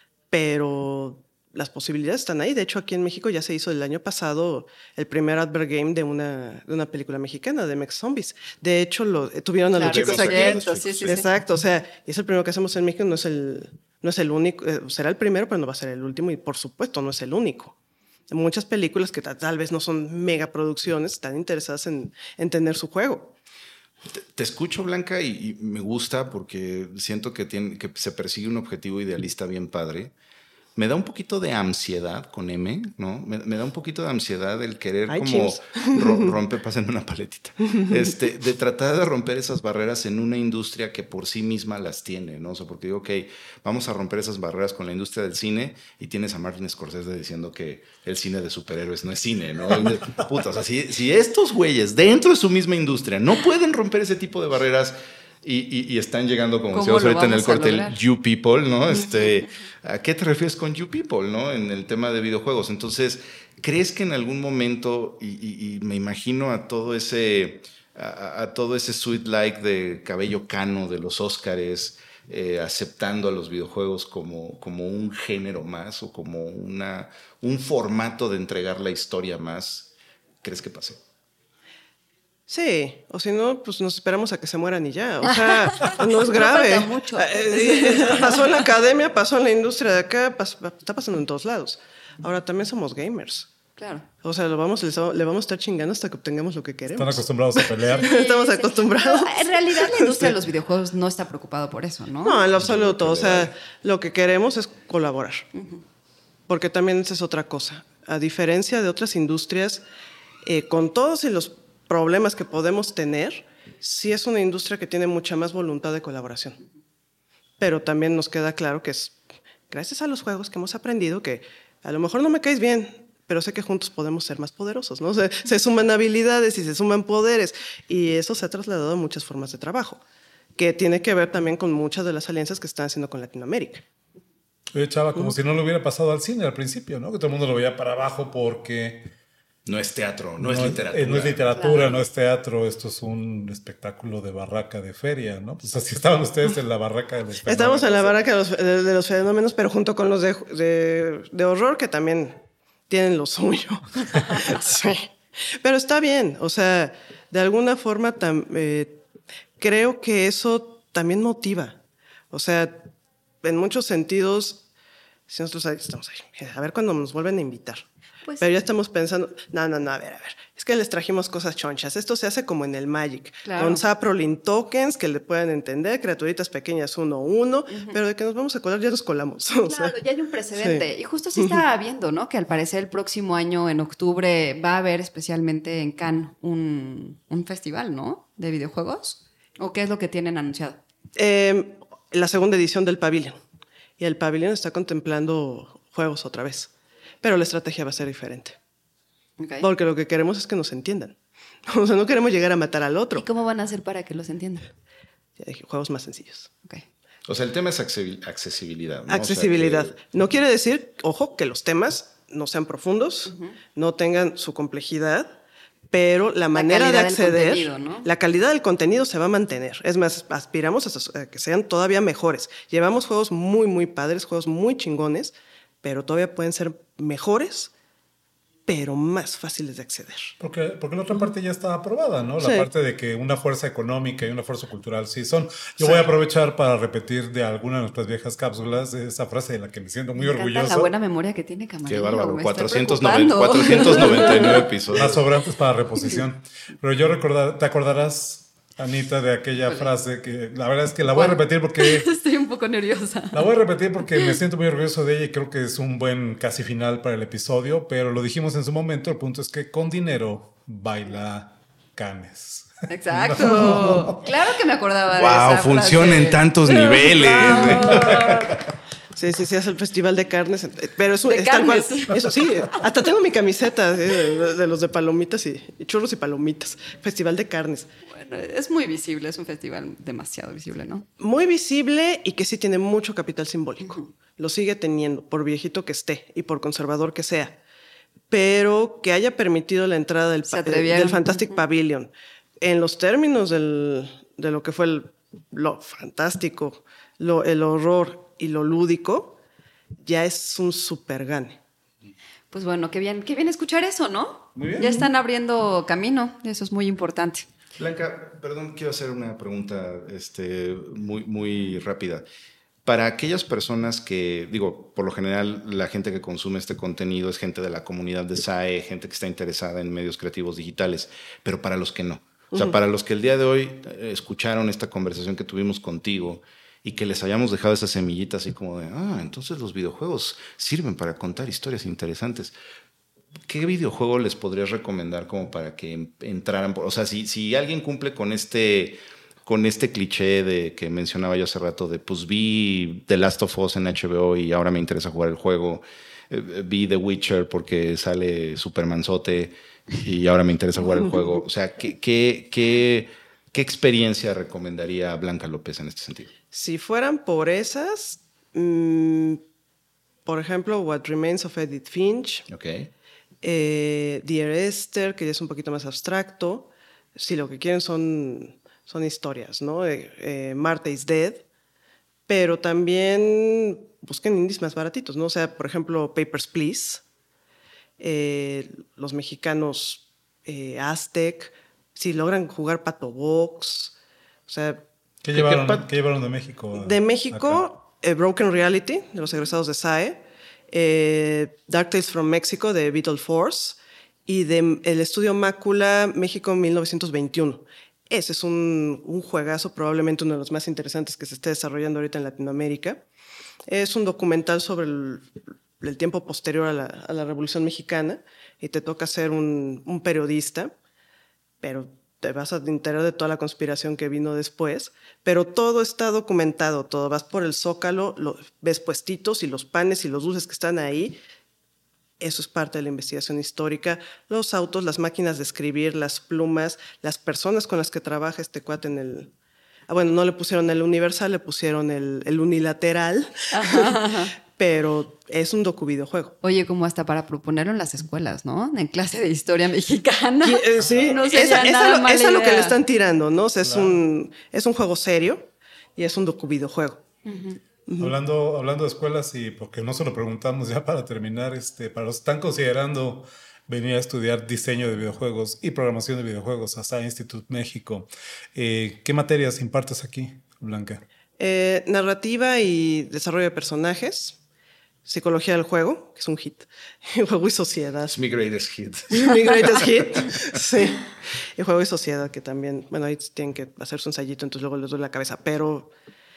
D: pero las posibilidades están ahí. De hecho, aquí en México ya se hizo el año pasado el primer advert game de una, de una película mexicana, de Mex Zombies. De hecho, lo, tuvieron a los
A: Claro,
D: chicos
B: sí,
D: aquí.
A: cierto, sí, sí, sí.
D: Exacto, o sea, y es el primero que hacemos en México, no es el, no es el único, eh, será el primero, pero no va a ser el último, y por supuesto no es el único. Muchas películas que ta- tal vez no son megaproducciones están interesadas en, en tener su juego.
B: Te, te escucho, Blanca, y, y me gusta porque siento que, tiene, que se persigue un objetivo idealista bien padre. Me da un poquito de ansiedad con M, ¿no? Me, me da un poquito de ansiedad el querer
D: Ay,
B: como
D: chims.
B: ro- romper, pásenme una paletita, este, de tratar de romper esas barreras en una industria que por sí misma las tiene, ¿no? O sea, porque digo, ok, vamos a romper esas barreras con la industria del cine y tienes a Martin Scorsese diciendo que el cine de superhéroes no es cine, ¿no? Puta, o sea, si, si estos güeyes dentro de su misma industria no pueden romper ese tipo de barreras y, y, y están llegando, como
A: ¿Cómo
B: decíamos
A: lo
B: ahorita en el
A: vamos a
B: corte, el
A: lograr?
B: You People, ¿no? Este, ¿a qué te refieres con You People, no? En el tema de videojuegos. Entonces, ¿crees que en algún momento, y, y, y me imagino a todo ese, a, a todo ese sweet like de cabello cano de los Óscares, eh, aceptando a los videojuegos como, como un género más o como una, un formato de entregar la historia más, ¿crees que pase?
D: Sí, o si no, pues nos esperamos a que se mueran y ya. O sea, no es
A: No
D: grave.
A: falta mucho.
D: Eh, eh, pasó en la academia, pasó en la industria de acá, pas- está pasando en todos lados. Ahora también somos gamers.
A: Claro.
D: O sea, lo vamos, les- le vamos a estar chingando hasta que obtengamos lo que
C: Están
D: queremos.
C: acostumbrados a pelear.
D: Estamos acostumbrados.
A: Pero en realidad la industria de los videojuegos no está preocupado por eso, ¿no?
D: No, en lo absoluto. O sea, lo que queremos es colaborar. Porque también esa es otra cosa. A diferencia de otras industrias, eh, con todos y los problemas que podemos tener, sí es una industria que tiene mucha más voluntad de colaboración. Pero también nos queda claro que es gracias a los juegos que hemos aprendido que a lo mejor no me caes bien, pero sé que juntos podemos ser más poderosos, ¿no? Se, se suman habilidades y se suman poderes, y eso se ha trasladado a muchas formas de trabajo, que tiene que ver también con muchas de las alianzas que están haciendo con Latinoamérica.
C: Oye, Chava, como si no lo hubiera pasado al cine al principio, ¿no? Que todo el mundo lo veía para abajo porque...
B: No es teatro, no, es literatura.
C: eh, no es literatura, no es teatro, esto es un espectáculo de barraca de feria, ¿no? Pues así estaban ustedes en la barraca de los
D: Estamos en la
C: fenómenos.
D: barraca de los, de, de los fenómenos, pero junto con los de, de, de horror, que también tienen lo suyo. Sí. Pero está bien, o sea, de alguna forma tam, eh, creo que eso también motiva. O sea, en muchos sentidos, si nosotros ahí estamos ahí, a ver cuándo nos vuelven a invitar.
A: Pues-
D: Pero ya estamos pensando, no, no, no, a ver, a ver, es que les trajimos cosas chonchas. Esto se hace como en el Magic,
A: Claro.
D: con Saprolin tokens que le puedan entender, criaturitas pequeñas uno a uno, pero de que nos vamos a colar, ya nos colamos. O sea,
A: Claro, ya hay un precedente. Y justo sí estaba viendo, ¿no? Que al parecer el próximo año, en octubre, va a haber especialmente en Cannes un, un festival, ¿no? De videojuegos. ¿O qué es lo que tienen anunciado?
D: eh, la segunda edición del Pavilion. Y el Pavilion está contemplando juegos otra vez. Pero la estrategia va a ser diferente.
A: Ok.
D: Porque lo que queremos es que nos entiendan. O sea, no queremos llegar a matar al otro.
A: ¿Y cómo van a hacer para que los entiendan?
D: Ya dije, juegos más sencillos.
A: Ok.
B: O sea, el tema es accesi- accesibilidad, ¿no?
D: Accesibilidad.
B: O sea, que-
D: No quiere decir, ojo, que los temas no sean profundos, no tengan su complejidad, pero la manera de
A: calidad del
D: acceder,
A: contenido, ¿no?
D: la calidad del contenido se va a mantener. Es más, aspiramos a, a que sean todavía mejores. Llevamos juegos muy, muy padres, juegos muy chingones, pero todavía pueden ser mejores pero más fáciles de acceder.
C: Porque, porque la otra parte ya está aprobada, ¿no? La
D: Sí.
C: parte de que una fuerza económica y una fuerza cultural sí son. Yo
D: Sí.
C: voy a aprovechar para repetir de alguna de nuestras viejas cápsulas esa frase de la que me siento muy
A: Me encanta
C: orgulloso.
A: la buena memoria que tiene Camarillo.
B: Qué bárbaro,
A: me está
B: cuatrocientos noventa,
A: preocupando.
B: cuatrocientos noventa y nueve episodios.
C: Más sobrantes para reposición. Pero yo recordar, te acordarás, Anita, de aquella frase que la verdad es que la voy a repetir porque...
A: Estoy un poco nerviosa.
C: La voy a repetir porque me siento muy orgulloso de ella y creo que es un buen casi final para el episodio, pero lo dijimos en su momento, el punto es que con dinero baila Canes.
A: Exacto.
C: No.
A: Claro que me acordaba de
B: Wow,
A: esa
B: funciona
A: frase.
B: en tantos niveles.
D: Sí, sí, sí, es el festival de carnes, eh, pero es, un-
A: De
D: es tal cual.
A: carnes.
D: Eso sí, hasta tengo mi camiseta eh, de, de los de palomitas y, y churros y palomitas. Festival de carnes.
A: Bueno, es muy visible, es un festival demasiado visible, ¿no?
D: Muy visible y que sí tiene mucho capital simbólico. Lo sigue teniendo, por viejito que esté y por conservador que sea. Pero que haya permitido la entrada del,
A: Se
D: pa-
A: atrevieron.
D: del Fantastic Pavilion en los términos del, de lo que fue el- lo fantástico, lo, el horror y lo lúdico, ya es un super gane.
A: Pues bueno, qué bien, qué bien escuchar eso, ¿no?
C: Muy bien.
A: Ya están abriendo camino, eso es muy importante.
B: Blanca, perdón, quiero hacer una pregunta este, muy, muy rápida. Para aquellas personas que, digo, por lo general la gente que consume este contenido es gente de la comunidad de S A E, gente que está interesada en medios creativos digitales, pero para los que no. O sea, uh-huh. para los que el día de hoy eh, escucharon esta conversación que tuvimos contigo y que les hayamos dejado esa semillita así como de, ah, entonces los videojuegos sirven para contar historias interesantes. ¿Qué videojuego les podrías recomendar como para que entraran? Por, o sea, si, si alguien cumple con este, con este cliché de que mencionaba yo hace rato de, pues vi The Last of Us en H B O y ahora me interesa jugar el juego, eh, vi The Witcher porque sale Supermanzote y ahora me interesa jugar el juego. O sea, ¿qué, qué, qué, qué experiencia recomendaría Blanca López en este sentido?
D: Si fueran por esas, mmm, por ejemplo, What Remains of Edith Finch.
B: Okay.
D: Eh, Dear Esther, que ya es un poquito más abstracto. Si lo que quieren son, son historias, ¿no? Eh, eh, Martha is Dead. Pero también busquen indies más baratitos, ¿no? O sea, por ejemplo, Papers, Please. Eh, los mexicanos eh, Aztec. Si logran jugar Pato Box. O sea...
C: ¿Qué llevaron, pat- ¿qué llevaron de México?
D: De México, eh, Broken Reality, de los egresados de S A E. Eh, Dark Tales from Mexico de Beetle Force y de el estudio Mácula México mil novecientos veintiuno. Ese es un, un juegazo, probablemente uno de los más interesantes que se esté desarrollando ahorita en Latinoamérica. Es un documental sobre el, el tiempo posterior a la, a la Revolución Mexicana y te toca ser un, un periodista, pero te vas a enterar de toda la conspiración que vino después, pero todo está documentado, todo. Vas por el Zócalo, lo, ves puestitos y los panes y los dulces que están ahí. Eso es parte de la investigación histórica. Los autos, las máquinas de escribir, las plumas, las personas con las que trabaja este cuate en el... Ah, bueno, no le pusieron el Universal, le pusieron el, el Unilateral, ajá, ajá. Pero es un docu-videojuego.
A: Oye, como hasta para proponerlo en las escuelas, ¿no? En clase de historia mexicana.
D: Eh, sí, no esa, esa, esa es lo que le están tirando, ¿no? O sea, claro. es, un, es un juego serio y es un docu-videojuego.
C: Uh-huh. Uh-huh. Hablando, hablando de escuelas, y porque no se lo preguntamos ya para terminar, este, para los que están considerando venir a estudiar diseño de videojuegos y programación de videojuegos a S A E Institute México, eh, ¿qué materias impartes aquí, Blanca?
D: Eh, narrativa y desarrollo de personajes. Psicología del juego, que es un hit. Juego y sociedad.
B: Es mi greatest hit.
D: Mi greatest hit, sí. Y juego y sociedad, que también, bueno, ahí tienen que hacer su ensayito, entonces luego les doy la cabeza. Pero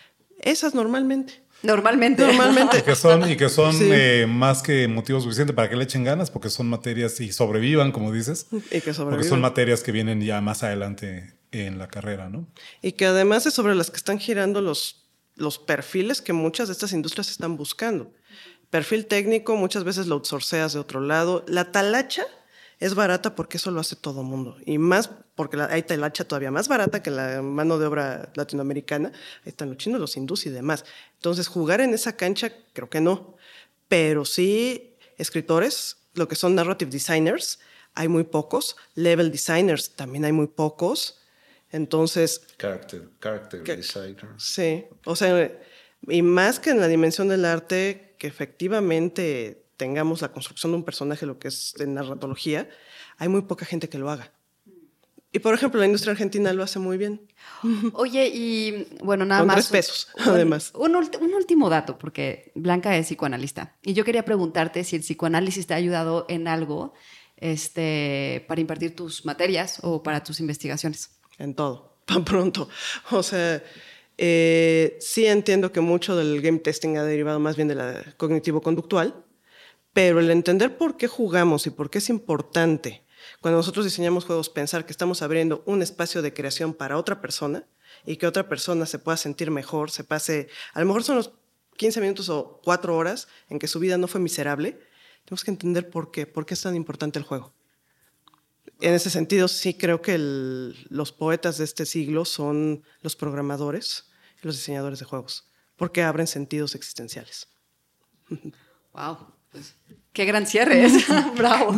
D: esas normalmente.
A: Normalmente.
D: Normalmente.
C: Y que son, y que son sí. eh, más que motivo suficiente para que le echen ganas, porque son materias y sobrevivan, como dices.
D: Y que sobrevivan.
C: Porque son materias que vienen ya más adelante en la carrera, ¿no?
D: Y que además es sobre las que están girando los, los perfiles que muchas de estas industrias están buscando. Perfil técnico, muchas veces lo outsourceas de otro lado. La talacha es barata porque eso lo hace todo el mundo. Y más porque la, hay talacha todavía más barata que la mano de obra latinoamericana. Ahí están los chinos, los hindús y demás. Entonces, jugar en esa cancha, creo que no. Pero sí, escritores, lo que son narrative designers, hay muy pocos. Level designers, también hay muy pocos. Entonces...
B: Character, character que, designer.
D: Sí, o sea, y más que en la dimensión del arte, que efectivamente tengamos la construcción de un personaje, lo que es de narratología, hay muy poca gente que lo haga. Y, por ejemplo, la industria argentina lo hace muy bien.
A: Oye, y bueno, nada
D: Con
A: más.
D: tres pesos,
A: un,
D: además.
A: Un, un último dato, porque Blanca es psicoanalista. Y yo quería preguntarte si el psicoanálisis te ha ayudado en algo este, para impartir tus materias o para tus investigaciones.
D: En todo, tan pronto. O sea, eh, sí entiendo que mucho del game testing ha derivado más bien de la cognitivo-conductual, pero el entender por qué jugamos y por qué es importante cuando nosotros diseñamos juegos, pensar que estamos abriendo un espacio de creación para otra persona y que otra persona se pueda sentir mejor, se pase, a lo mejor son los quince minutos o cuatro horas en que su vida no fue miserable, tenemos que entender por qué, por qué es tan importante el juego. En ese sentido, sí creo que el, los poetas de este siglo son los programadores y los diseñadores de juegos, porque abren sentidos existenciales.
A: Wow, pues, qué gran cierre es. Bravo.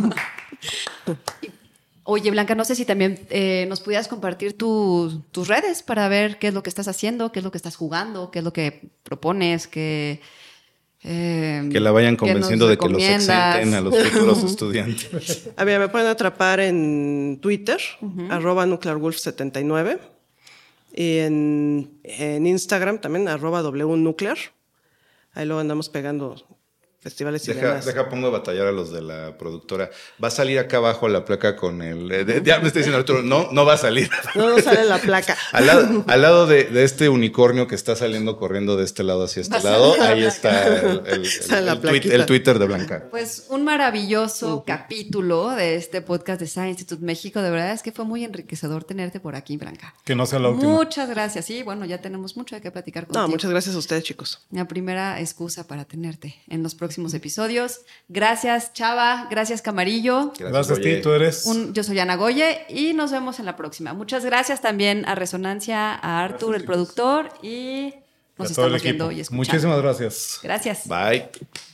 A: Oye, Blanca, no sé si también eh, nos pudieras compartir tu, tus redes para ver qué es lo que estás haciendo, qué es lo que estás jugando, qué es lo que propones, que... Eh,
B: que la vayan convenciendo de que los exenten a los futuros estudiantes.
D: A ver, me pueden atrapar en Twitter, uh-huh. arroba nuclearwolf setenta y nueve, y en, en Instagram también, arroba wnuclear. Ahí luego andamos pegando festivales y
B: deja,
D: demás.
B: Deja, pongo a batallar a los de la productora. Va a salir acá abajo la placa con el... Eh, de, ya me está diciendo Arturo, no, no va a salir.
D: No, no sale la placa.
B: al lado, al lado de, de este unicornio que está saliendo corriendo de este lado hacia este lado, ahí está el, el, el, el, tweet, el Twitter de Blanca.
A: Pues un maravilloso uh-huh. capítulo de este podcast de Science Institute México. De verdad es que fue muy enriquecedor tenerte por aquí, Blanca.
C: Que no sea la última.
A: Muchas gracias. Sí, bueno, ya tenemos mucho de qué platicar contigo.
D: No, muchas gracias a ustedes, chicos.
A: La primera excusa para tenerte en los próximos episodios. Gracias, Chava. Gracias, Camarillo.
C: Gracias a ti, tú eres.
A: Un, yo soy Ana Goye y nos vemos en la próxima. Muchas gracias también a Resonancia, a Artur, gracias, el productor, y nos estamos viendo y escuchando.
C: Muchísimas gracias.
A: Gracias.
B: Bye.